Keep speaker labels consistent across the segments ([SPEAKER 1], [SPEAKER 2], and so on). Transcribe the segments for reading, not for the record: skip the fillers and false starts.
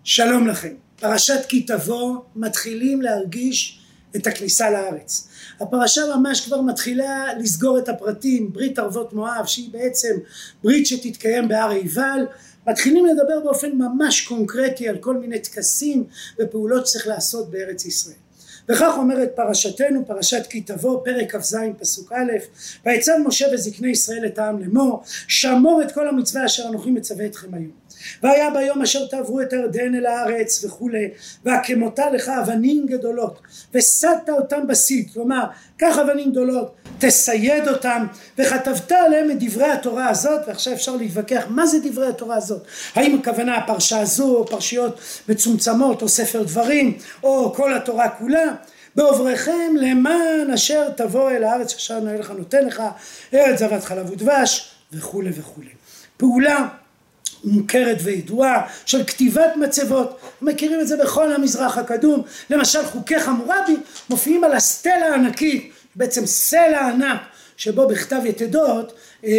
[SPEAKER 1] שלום לכם. פרשת כי תבוא מתחילים להרגיש את הכניסה לארץ. הפרשה ממש כבר מתחילה לסגור את הפרטים. ברית ערבות מואב שהיא בעצם ברית שתתקיים בהר עיבל, מתחילים לדבר באופן ממש קונקרטי על כל מיני טקסים ופעולות שצריך לעשות בארץ ישראל. וכך אומרת פרשתנו, פרשת כי תבוא, פרק כ"ז פסוק א', ויצב משה וזקני ישראל את העם לאמור, שמור את כל המצווה אשר אנוכי מצווה אתכם היום. והיה ביום אשר תעברו את הירדן אל הארץ וכולי, והקמותה לך אבנים גדולות ושדת אותם בסיד, כלומר קח אבנים גדולות תסייד אותם וכתבת עליהם את דברי התורה הזאת. ועכשיו אפשר להתווכח מה זה דברי התורה הזאת, האם הכוונה הפרשה הזו או פרשיות מצומצמות או ספר דברים או כל התורה כולה. בעובריכם למען אשר תבוא אל הארץ אשר אני לך נותן לך, ארץ זבת חלב ודבש וכולי וכולי. פעולה מוכרת וידועה של כתיבת מצבות, מכירים את זה בכל המזרח הקדום. למשל חוקי חמורבי מופיעים על הסטלה הענקית, בעצם סלע ענק שבו בכתב יתדות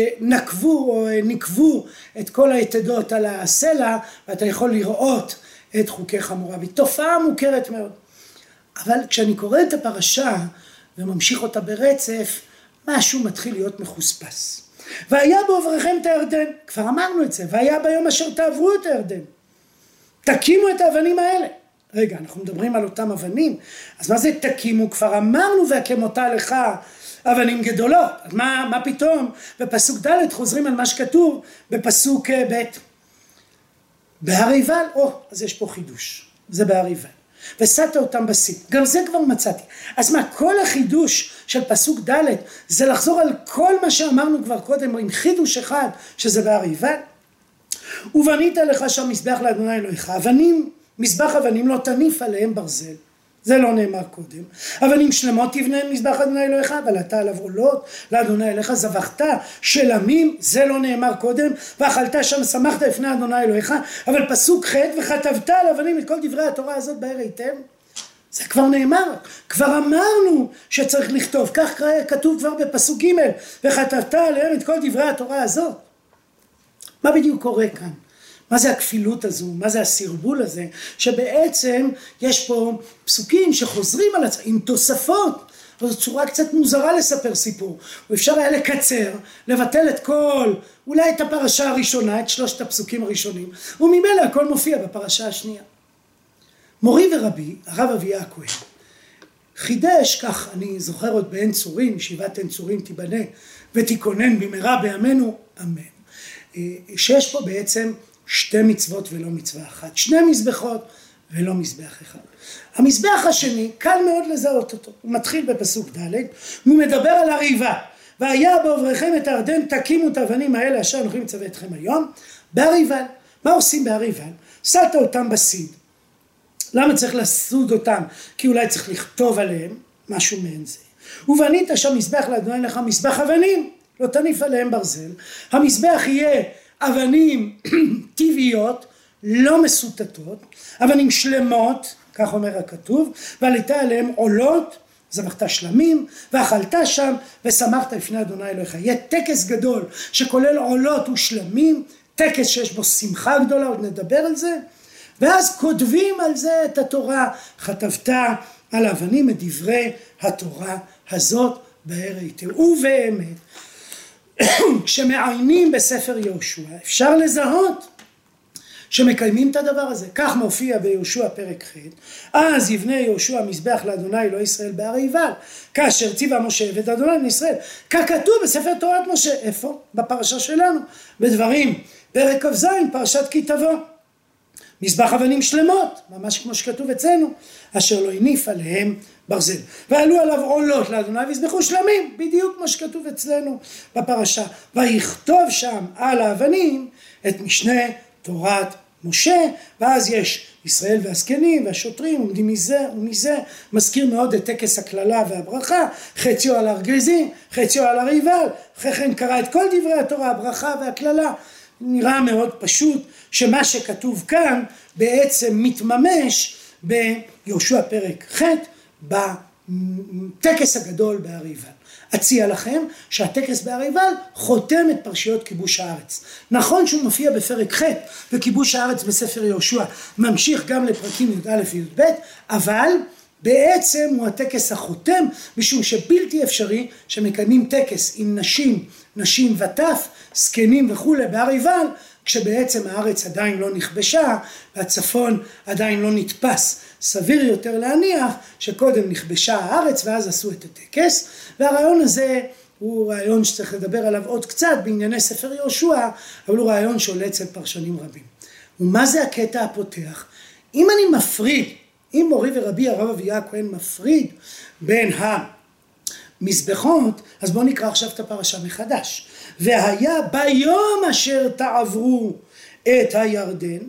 [SPEAKER 1] נקבו את כל היתדות על הסלע, ואתה יכול לראות את חוקי חמורבי. תופעה מוכרת מאוד. אבל כשאני קורא את הפרשה וממשיך אותה ברצף, משהו מתחיל להיות מחוספס. והיה בעובריכם את הירדן, כבר אמרנו את זה, והיה ביום אשר תעברו את הירדן, תקימו את האבנים האלה. רגע, אנחנו מדברים על אותם אבנים, אז מה זה תקימו? כבר אמרנו והקמותה לך אבנים גדולות. אז מה פתאום בפסוק ד' חוזרים על מה שכתוב בפסוק ב' בהר עיבל? אז יש פה חידוש, זה בהר עיבל. ושאת אותם בסיד, גם זה כבר מצאתי. אז מה, כל החידוש של פסוק ד' זה לחזור על כל מה שאמרנו כבר קודם עם חידוש אחד שזה בהר עיבל? ובנית לך שם מזבח לאדוני אלוהיך, אבנים, מזבח אבנים לא תניף עליהם ברזל, זה לא נאמר קודם. אבנים שלמות תבנה מזבח אדוני אלוהיך, אבל אתה עליו עולות לאדוני אלוהיך, זבחת שלמים, זה לא נאמר קודם. ואכלת שם שמחת לפני אדוני אלוהיך. אבל פסוק ח' וכתבת על אבנים את כל דברי התורה הזאת בהר היתם, זה כבר נאמר, כבר אמרנו שצריך לכתוב, כך כתוב כבר בפסוק ג' וכתבת עליהם את כל דברי התורה הזאת. מה בדיוק קורה כאן? מה זה הכפילות הזו? מה זה הסרבול הזה? שבעצם יש פה פסוקים שחוזרים על עצמם עם תוספות. זו צורה קצת מוזרה לספר סיפור. ואפשר היה לקצר, לבטל את כל, אולי את הפרשה הראשונה, את שלושת הפסוקים הראשונים, וממילא הכל מופיע בפרשה השנייה. מורי ורבי, הרב אביה הכהן, חידש, כך אני זוכר עוד בעין צורים, ישיבת עין צורים תיבנה ותיכונן במהרה בימינו, אמן. שיש פה בעצם שתי מצוות ולא מצווה אחת, שני מזבחות ולא מזבח אחד. המזבח השני קל מאוד לזהות אותו, הוא מתחיל בפסוק ד' והוא מדבר על הר עיבל. והיה בעובריכם את הירדן תקימו את האבנים האלה אשר אנוכי מצווה אתכם היום בהר עיבל. מה עושים בהר עיבל? שאת אותם בסיד. למה צריך לסוד אותם? כי אולי צריך לכתוב עליהם משהו מעין זה. ובנית שם מזבח לאדוני אלוהיך מזבח אבנים לא תניף עליהם ברזל. המזבח יהיה אבנים טבעיות לא מסוטטות, אבנים שלמות, כך אומר הכתוב, ועלית עליהם עולות, זבחת שלמים, ואכלת שם ושמחת לפני אדוני אלוהיך. יהיה טקס גדול שכולל עולות ושלמים, טקס שיש בו שמחה גדולה, עוד נדבר על זה. ואז כותבים על זה את התורה, כתבת על האבנים את דברי התורה הזאת בהר היתם. ובאמת כשמעיינים בספר יהושע אפשר לזהות שמקיימים את הדבר הזה. כך מופיע ביהושע פרק ח' אז יבנה יהושע מזבח לאדוני אלוהי ישראל בהר עיבל כאשר ציווה משה עבד אדוני לישראל, ככתוב בספר תורת משה. איפה? בפרשה שלנו בדברים פרק כ"ז פרשת כי תבוא. מזבח אבנים שלמות, ממש כמו שכתוב אצלנו, אשר לא הניף עליהם ברזל. ועלו עליו עולות לאדוני ויזבחו שלמים, בדיוק כמו שכתוב אצלנו בפרשה. ויכתוב שם על האבנים את משנה תורת משה. ואז יש ישראל והזקנים והשוטרים עומדים מזה ומזה, מזכיר מאוד את טקס הכללה והברכה, חציו על הר גריזים, חציו על הר עיבל. אחרי כן קרא את כל דברי התורה, הברכה והכללה. נראה מאוד פשוט שמה שכתוב כאן בעצם מתממש ביהושע פרק ח' בטקס הגדול בהר עיבל. אציע לכם שהטקס בהר עיבל חותם את פרשיות כיבוש הארץ. נכון שהוא מופיע בפרק ח' וכיבוש הארץ בספר יהושע ממשיך גם לפרקים י"א וי"ב, אבל בעצם הוא הטקס החותם, משום שבלתי אפשרי שמקיימים טקס עם נשים וטף, זקנים וכו' בהר עיבל, כשבעצם הארץ עדיין לא נכבשה והצפון עדיין לא נתפס. סביר יותר להניח שקודם נכבשה הארץ ואז עשו את הטקס, והרעיון הזה הוא רעיון שצריך לדבר עליו עוד קצת בענייני ספר יהושע, אבל הוא רעיון שעולה אצל פרשנים רבים. ומה זה הקטע הפותח? אם אני מפריד, אם מורי ורבי הרב אביה הכהן מפריד בין המזבחות, אז בואו נקרא עכשיו את הפרשה מחדש. והיה ביום אשר תעברו את הירדן,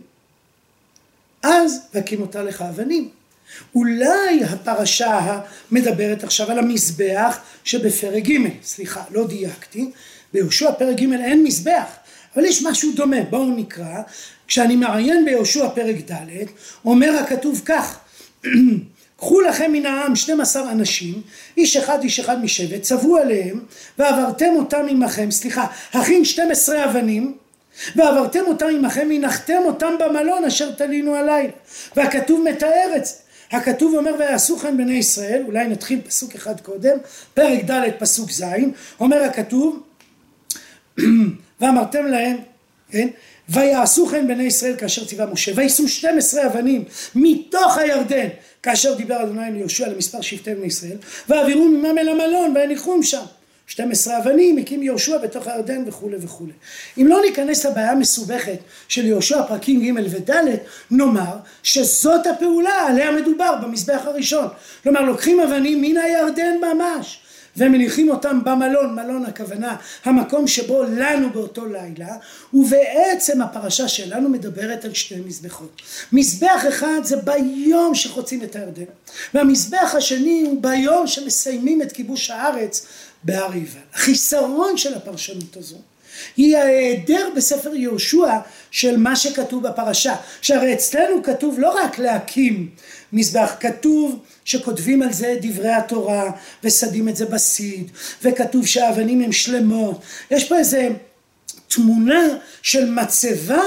[SPEAKER 1] אז והקים אותה לך אבנים. אולי הפרשה מדברת עכשיו על המזבח שבפרק ג', סליחה, לא דייקתי, ביהושע פרק ג' אין מזבח, אבל יש משהו דומה. בואו נקרא, כשאני מעיין ביהושע פרק ד', אומר הכתוב כך, קחו לכם מן העם 12 אנשים, איש אחד משבט, צבו עליהם, ועברתם אותם עמכם, הכין 12 אבנים, ועברתם אותם עמכם, הנחתם אותם במלון אשר תלינו הלילה. והכתוב מתאר את זה. הכתוב אומר ויעשו כן בני ישראל, אולי נתחיל פסוק אחד קודם, פרק ד' פסוק ז', אומר הכתוב, ואמרתם להם, כן? ויעשו כן בני ישראל כאשר ציווה משה, ויישאו 12 אבנים מתוך הירדן, כאשר דיבר אדוני אל יהושע למספר שבטי בני ישראל, והעבירו ממם אל המלון והניחום שם. 12 אבנים הקים יהושע בתוך הירדן וכו' וכו'. אם לא ניכנס לבעיה המסובכת של יהושע פרקים ג' וד', נאמר שזאת הפעולה עליה מדובר במזבח הראשון. כלומר, לוקחים אבנים מן הירדן ממש, ומניחים אותם במלון, מלון הכוונה, המקום שבו לנו באותו לילה, ובעצם הפרשה שלנו מדברת על שתי מזבחות. מזבח אחד זה ביום שחוצים את הירדן, והמזבח השני הוא ביום שמסיימים את כיבוש הארץ בהר עיבל. החיסרון של הפרשנות הזו היא ההיעדר בספר יהושע של מה שכתוב בפרשה, שהרי אצלנו כתוב לא רק להקים מזבח, כתוב שכותבים על זה דברי התורה ושדים את זה בסיד, וכתוב שהאבנים הם שלמות. יש פה איזה תמונה של מצבה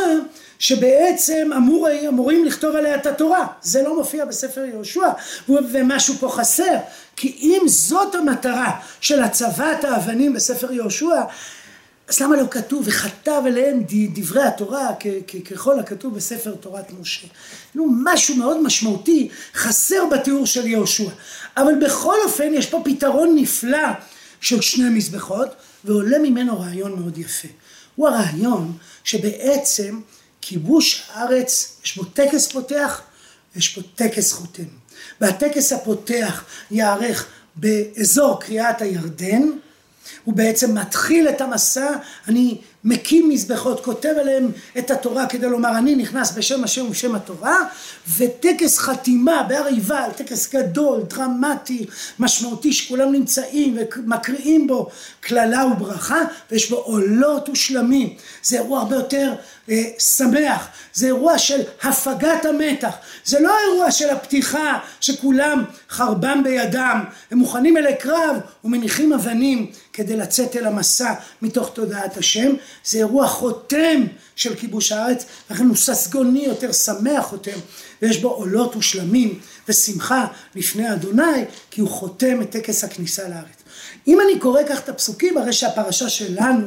[SPEAKER 1] שבעצם אמורים לכתוב עליה את התורה. זה לא מופיע בספר יהושע, ומשהו פה חסר, כי אם זאת המטרה של הצבת האבנים בספר יהושע, אז למה לא כתוב וכתב אליהם דברי התורה ככל הכתוב בספר תורת משה? משהו מאוד משמעותי חסר בתיאור של יהושע. אבל בכל אופן יש פה פתרון נפלא של שני מזבחות, ועולה ממנו רעיון מאוד יפה. הוא הרעיון שבעצם כיבוש הארץ יש בו טקס פותח, יש פה טקס חותם. והטקס הפותח יערך באזור קריאת הירדן, הוא בעצם מתחיל את המסע, אני מקים מזבחות, כותב עליהם את התורה כדי לומר אני נכנס בשם השם ובשם התורה, וטקס חתימה בהר עיבל, טקס גדול, דרמטי, משמעותי, שכולם נמצאים ומקריאים בו כללה וברכה, ויש בו עולות ושלמים. זה אירוע הרבה יותר שמח, זה אירוע של הפגת המתח, זה לא אירוע של הפתיחה שכולם חרבם בידם, הם מוכנים אלי קרב ומניחים אבנים כדי לצאת אל המסע מתוך תודעת השם. זה אירוע חותם של כיבוש הארץ, לכן הוא ססגוני יותר, שמח חותם, ויש בו עולות ושלמים ושמחה לפני אדוני, כי הוא חותם את טקס הכניסה לארץ. אם אני קורא כך את הפסוקים, הרי שהפרשה שלנו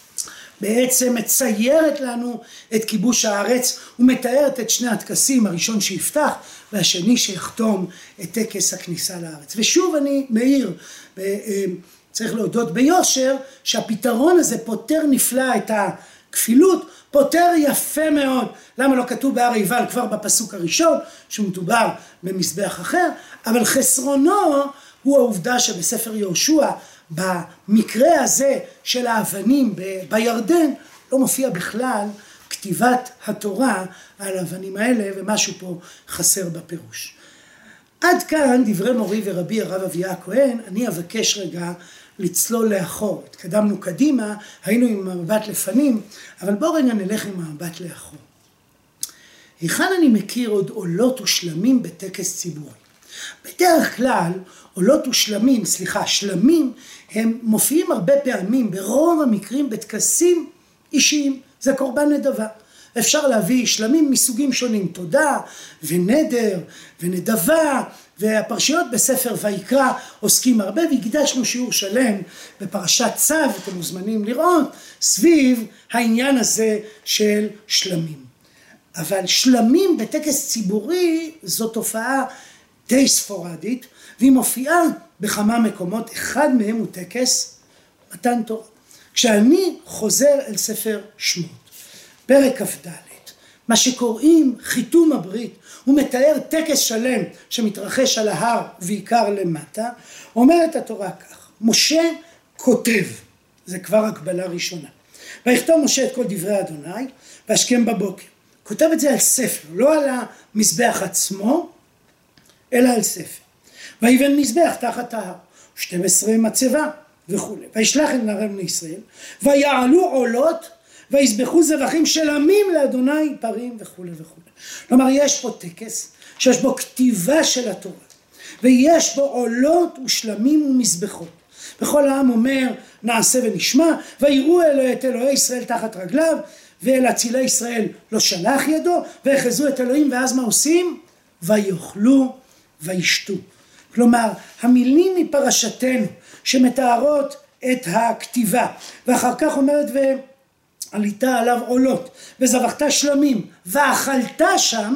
[SPEAKER 1] בעצם מציירת לנו את כיבוש הארץ, ומתארת את שני הטקסים, הראשון שיפתח והשני שיחתום את טקס הכניסה לארץ. ושוב אני מעיר, צריך להודות ביושר, שהפתרון הזה פותר נפלא את הכפילות, פותר יפה מאוד. למה לא כתוב בהר עיבל כבר בפסוק הראשון, שמדובר במזבח אחר, אבל חסרונו הוא העובדה שבספר יהושע, במקרה הזה של האבנים בירדן, לא מופיע בכלל כתיבת התורה על האבנים האלה, ומשהו פה חסר בפירוש. עד כאן דברי מורי ורבי הרב אביה הכהן. אני אבקש רגע לצלול לאחור. התקדמנו קדימה, היינו עם מבט לפנים, אבל בואו רגע נלך עם מבט לאחור. היכן אני מכיר עוד עולות ושלמים בטקס ציבורי? בדרך כלל עולות ושלמים, שלמים, הם מופיעים הרבה פעמים, ברוב המקרים בטקסים אישיים, זה קורבן נדבה. אפשר להביא שלמים מסוגים שונים, תודה ונדר ונדבה, והפרשיות בספר ויקרא עוסקים הרבה, והקדשנו שיעור שלם בפרשת צו, אתם מוזמנים לראות, סביב העניין הזה של שלמים. אבל שלמים בטקס ציבורי זו תופעה די ספורדית, והיא מופיעה בכמה מקומות, אחד מהם הוא טקס מתן תורה. כשאני חוזר אל ספר שמות, פרק כ"ד, מה שקוראים חיתום הברית, הוא מתאר טקס שלם שמתרחש על ההר ועיקר למטה, אומרת התורה כך, משה כותב, זה כבר הקבלה ראשונה, ויכתוב משה את כל דברי אדוני, והשכם בבוקר. כותב את זה על ספר, לא על המזבח עצמו, אלא על ספר. ויבן מזבח תחת ההר, 12 מצבה וכו'. וישלח את נערי בני ישראל, ויעלו עולות, ויזבחו זבחים שלמים לאדוני פרים וכו' וכו'. כלומר, יש פה טקס שיש בו כתיבה של התורה, ויש בו עולות ושלמים ומזבחות. וכל העם אומר, נעשה ונשמע, ויראו את אלוהי ישראל תחת רגליו, ואל אצילי ישראל לא שלח ידו, והחזו את אלוהים, ואז מה עושים? ויאכלו וישתו. כלומר, המילים מפרשתנו שמתארות את הכתיבה, ואחר כך אומרת ועליתה עליו עולות, וזבחת שלמים, ואכלת שם,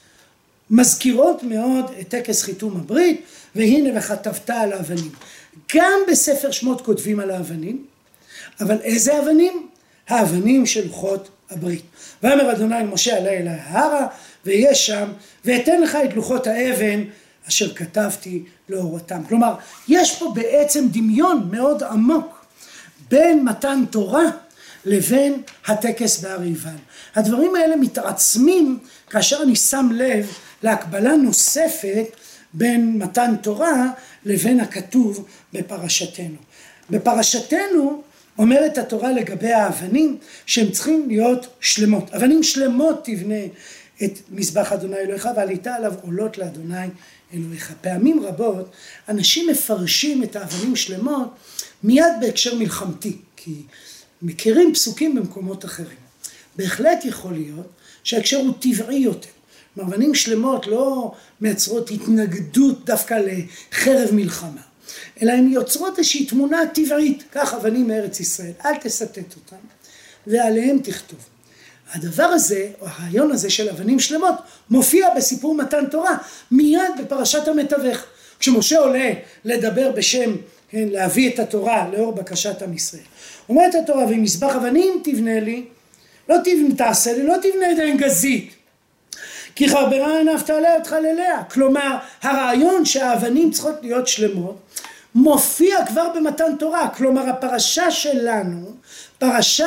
[SPEAKER 1] מזכירות מאוד את טקס חיתום הברית, והנה וכתבת על האבנים. גם בספר שמות כותבים על האבנים, אבל איזה אבנים? האבנים של לוחות הברית. ואמר אדוני אל משה עלה אל ההרה, ויש שם, ואתן לך את לוחות האבן, אשר כתבתי לאורתם. כלומר, יש פה בעצם דמיון מאוד עמוק, בין מתן תורה, לבין הטקס בהר עיבל. הדברים האלה מתעצמים, כאשר אני שם לב, להקבלה נוספת, בין מתן תורה, לבין הכתוב בפרשתנו. בפרשתנו, אומרת התורה לגבי האבנים, שהם צריכים להיות שלמות. אבנים שלמות תבנה את מזבח אדוני אלוהיך, ועליתה עליו עולות לאדוני אלוהיך. פעמים רבות, אנשים מפרשים את האבנים שלמות, מיד בהקשר מלחמתי, כי מכירים פסוקים במקומות אחרים. בהחלט יכול להיות שההקשר הוא טבעי יותר. אבנים שלמות לא מייצרות התנגדות דווקא לחרב מלחמה, אלא הן יוצרות איזושהי תמונה טבעית, כך אבנים מארץ ישראל, אל תסתת אותם, ועליהם תכתוב. הדבר הזה, או הרעיון הזה של אבנים שלמות, מופיע בסיפור מתן תורה, מיד בפרשת המתווך. כשמשה עולה לדבר בשם, כן, להביא את התורה לאור בקשת עם ישראל. אומרת התורה, ואם מזבח אבנים תבנה לי, תעשה לי, לא תבנה את עין גזית, כי חרברה עיניו תעלה אותך ללאה. כלומר, הרעיון שהאבנים צריכות להיות שלמות, מופיע כבר במתן תורה. כלומר, הפרשה שלנו, פרשת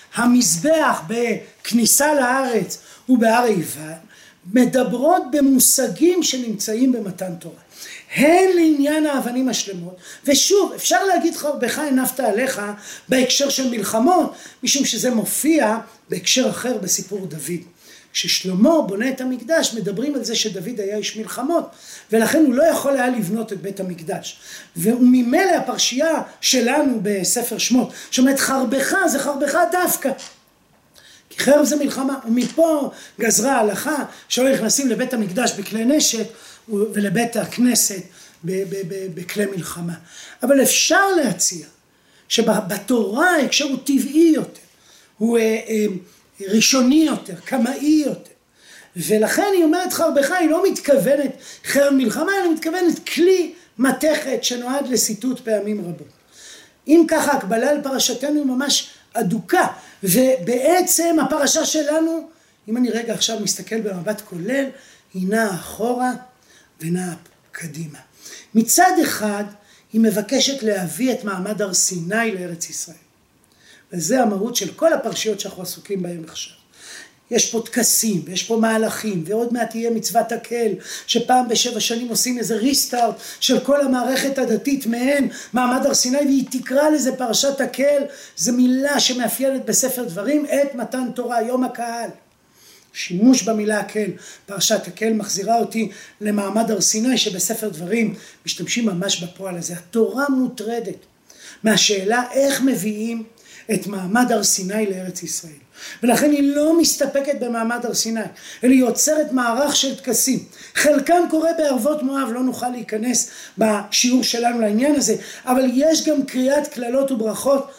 [SPEAKER 1] המזבח בכניסה לארץ ובהר עיבל, מדברות במושגים שנמצאים במתן תורה. הן לעניין האבנים השלמות, ושוב, אפשר להגיד חרבך הנחת עליך בהקשר של מלחמות, משום שזה מופיע בהקשר אחר בסיפור דוד. כששלמה בונה את המקדש, מדברים על זה שדוד היה איש מלחמות, ולכן הוא לא יכול היה לבנות את בית המקדש. וממילא הפרשייה שלנו בספר שמות, שאומרת חרבך, זה חרבך דווקא. כי חרב זה מלחמה, ומפה גזרה ההלכה שלא נכנסים לבית המקדש בכלי נשק, ולבית הכנסת בכלי מלחמה. אבל אפשר להציע שבתורה ההקשר הוא טבעי יותר, הוא ראשוני יותר, קמאי יותר. ולכן היא אומרת חרבך, היא לא מתכוונת חרב מלחמה, אלא מתכוונת כלי מתכת שנועד לסיטוט פעמים רבות. אם ככה, הקבלה על פרשתנו היא ממש אדוקה, ובעצם הפרשה שלנו, אם אני רגע עכשיו מסתכל במבט כולל, היא נעה אחורה ונעה קדימה. מצד אחד, היא מבקשת להביא את מעמד הר סיני לארץ ישראל. וזה המהות של כל הפרשיות שאנחנו עסוקים בהם עכשיו. יש פה טקסים, ויש פה מהלכים, ועוד מעט תהיה מצוות הקהל, שפעם ב7 שנים עושים איזה ריסטארט של כל המערכת הדתית מהן, מעמד הר סיני, והיא תקרא לזה פרשת הקהל, זו מילה שמאפיינת בספר דברים, את מתן תורה, יום הקהל. שימוש במילה הקהל, פרשת הקהל מחזירה אותי למעמד הר סיני שבספר דברים משתמשים ממש בפועל הזה. התורה מוטרדת מהשאלה איך מביאים את מעמד הר סיני לארץ ישראל. ולכן היא לא מסתפקת במעמד הר סיני, אלא היא יוצרת מערך של טקסים. חלקם קורה בערבות מואב, לא נוכל להיכנס בשיעור שלנו לעניין הזה, אבל יש גם קריאת כללות וברכות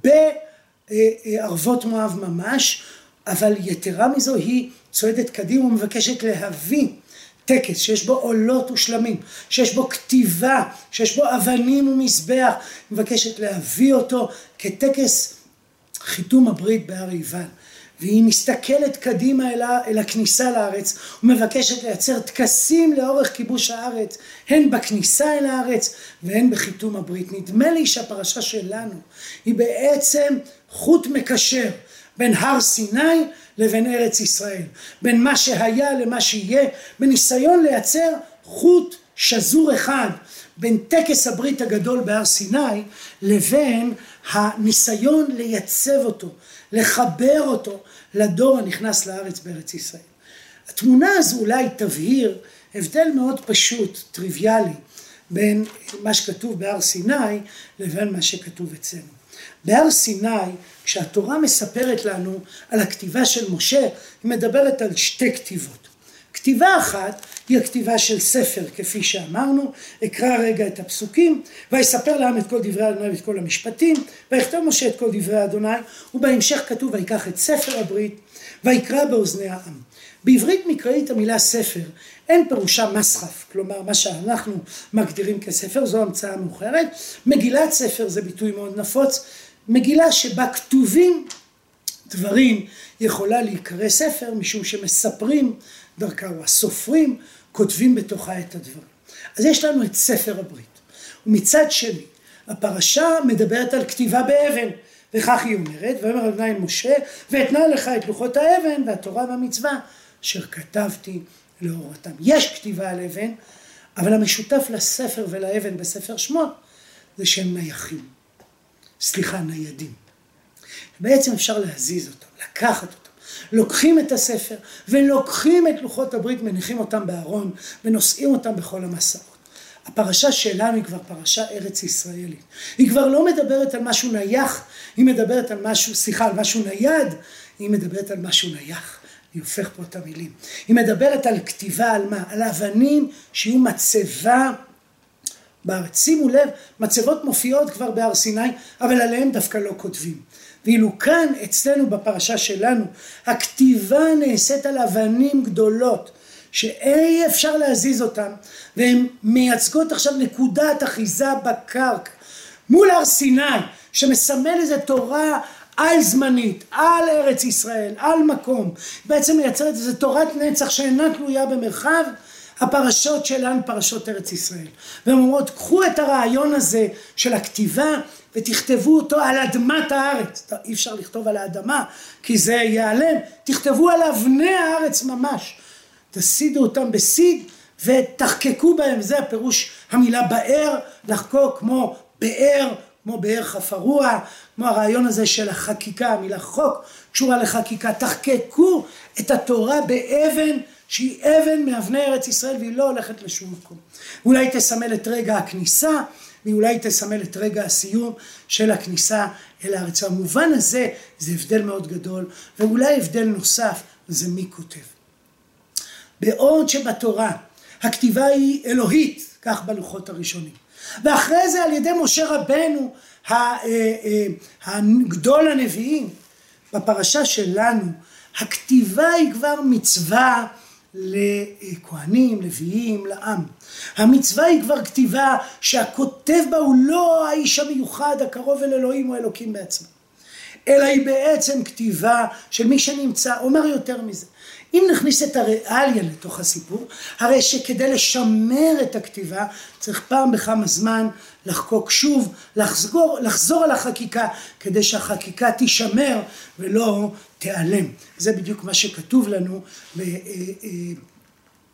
[SPEAKER 1] בערבות מואב ממש, אבל יתרה מזו היא צועדת קדימה ומבקשת להביא טקס שיש בו עולות ושלמים, שיש בו כתיבה, שיש בו אבנים ומזבח, מבקשת להביא אותו כטקס חיתום הברית בהר עיבל. והיא מסתכלת קדימה אל הכניסה לארץ ומבקשת לייצר טקסים לאורך כיבוש הארץ, הן בכניסה אל הארץ והן בחיתום הברית. נדמה לי שהפרשה שלנו היא בעצם חוט מקשר בין הר סיני לבין ארץ ישראל, בין מה שהיה למה שיהיה, בניסיון לייצר חוט שזור אחד בין טקס הברית הגדול בהר סיני לבין הניסיון לייצב אותו, לחבר אותו לדור הנכנס לארץ בארץ ישראל. התמונה הזו אולי תבהיר הבדל מאוד פשוט, טריוויאלי, בין מה שכתוב בהר סיני לבין מה שכתוב אצלנו. בהר סיני, כשהתורה מספרת לנו על הכתיבה של משה, היא מדברת על שתי כתיבות. כתיבה אחת היא הכתיבה של ספר, כפי שאמרנו, אקרא רגע את הפסוקים, ויספר לעם את כל דברי אדוני ואת כל המשפטים, ויכתוב משה את כל דברי אדוני, ובהמשך כתוב ויקח את ספר הברית, ויקרא באוזני העם. בעברית מקראית המילה ספר, אין פירושה מסחף, כלומר מה שאנחנו מגדירים כספר, זו המצאה מאוחרת. מגילת ספר זה ביטוי מאוד נפוץ, מגילה שבה כתובים דברים יכולה להיקרא ספר, משום שמספרים דרכה, או הסופרים כותבים בתוכה את הדברים. אז יש לנו את ספר הברית. ומצד שני, הפרשה מדברת על כתיבה באבן, וכך היא אומרת, ואומר אדוני אל משה, ואתנה לך את לוחות האבן והתורה והמצווה, אשר כתבתי לאורתם. יש כתיבה על אבן, אבל המשותף לספר ולאבן בספר שמות, זה שהם ניידים. בעצם אפשר להזיז אותם, לקחת אותם. לוקחים את הספר ולוקחים את לוחות הברית, מניחים אותם בארון ונושאים אותם בכל המסעות. הפרשה שלנו היא כבר פרשה ארץ ישראלית. היא כבר לא מדברת על משהו נייח, היא מדברת על משהו נייד, היא מדברת על משהו נייח. אני הופך פה את המילים. היא מדברת על כתיבה, על מה? על אבנים שיהיו מצבה בארץ. שימו לב, מצבות מופיעות כבר בהר סיני, אבל עליהם דווקא לא כותבים. ואילו כאן אצלנו בפרשה שלנו, הכתיבה נעשית על אבנים גדולות, שאי אפשר להזיז אותם, והן מייצגות עכשיו נקודת אחיזה בקרקע, מול הר סיני, שמסמל איזו תורה על זמנית, על ארץ ישראל, על מקום, בעצם מייצרת איזו תורת נצח שאינה תלויה במרחב. הפרשות שלנו פרשות ארץ ישראל, והן אומרות, קחו את הרעיון הזה של הכתיבה ותכתבו אותו על אדמת הארץ. אי אפשר לכתוב על האדמה כי זה ייעלם, תכתבו על אבני הארץ ממש, תסידו אותם בסיד ותחקקו בהם. זה הפירוש המילה באר, לחקוק כמו באר, כמו באר חפרוע, כמו הרעיון הזה של החקיקה, המילה חוק קשורה לחקיקה. תחקקו את התורה באבן שהיא אבן מאבני ארץ ישראל והיא לא הולכת לשום מקום. אולי תסמל את רגע הכניסה, ואולי תסמל את רגע הסיום של הכניסה אל הארץ. המובן הזה זה הבדל מאוד גדול, ואולי הבדל נוסף זה מי כותב. בעוד שבתורה הכתיבה היא אלוהית, כך בלוחות הראשונים, ואחרי זה על ידי משה רבנו הגדול הנביאים, בפרשה שלנו הכתיבה היא כבר מצווה לכהנים, לוויים, לעם. המצווה היא כבר כתיבה שהכותב בה הוא לא האיש המיוחד הקרוב אל אלוהים או אלוקים בעצמו, אלא היא בעצם כתיבה של מי שנמצא. אומר יותר מזה, אם נכניס את הריאליה לתוך הסיפור, הרי שכדי לשמר את הכתיבה צריך פעם בכמה זמן לחקוק שוב, לחזור על החקיקה כדי שהחקיקה תישמר ולא תיעלם. זה בדיוק מה שכתוב לנו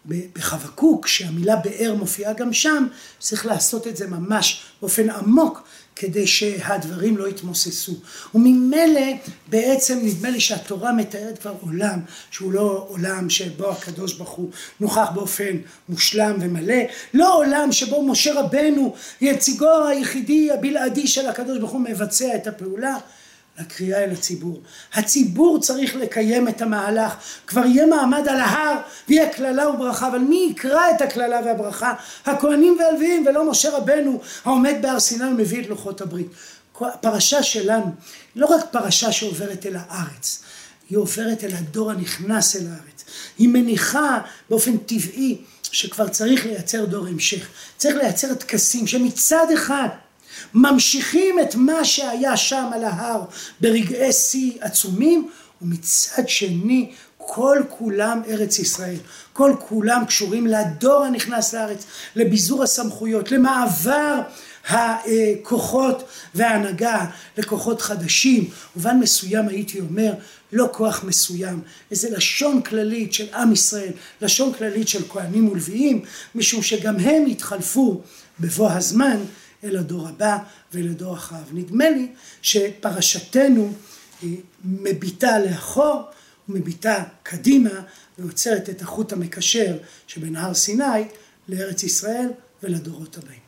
[SPEAKER 1] בחבקוק, שהמילה באר מופיעה גם שם, צריך לעשות את זה ממש באופן עמוק, כדי שהדברים לא יתמוססו. וממילא בעצם נדמה לי שהתורה מתארת כבר עולם, שהוא לא עולם שבו הקדוש ברוך הוא נוכח באופן מושלם ומלא, לא עולם שבו משה רבנו, יציגו היחידי הבלעדי של הקדוש ברוך הוא, מבצע את הפעולה, לקריאה אל הציבור. הציבור צריך לקיים את המהלך, כבר יהיה מעמד על ההר, ויהיה כללה וברכה, אבל מי יקרא את הכללה והברכה? הכהנים והלוויים, ולא משה רבנו העומד בהר סיני ומביא את לוחות הברית. הפרשה שלנו, לא רק פרשה שעוברת אל הארץ, היא עוברת אל הדור הנכנס אל הארץ. היא מניחה באופן טבעי שכבר צריך לייצר דור המשך. צריך לייצר טקסים שמצד אחד ממשיכים את מה שהיה שם על ההר ברגעי שיא עצומים, ומצד שני כל כולם ארץ ישראל, כל כולם קשורים לדור הנכנס לארץ, לביזור הסמכויות, למעבר הכוחות וההנהגה לכוחות חדשים, ובן מסוים הייתי אומר, לא כוח מסוים, איזה לשון כללית של עם ישראל, לשון כללית של כהנים ולוויים, משום שגם הם יתחלפו בבוא הזמן אל הדור הבא ואל הדור אחריו. נדמה לי שפרשתנו מביטה לאחור ומביטה קדימה, ויוצרת את החוט המקשר שבין הר סיני לארץ ישראל ולדורות הבאים.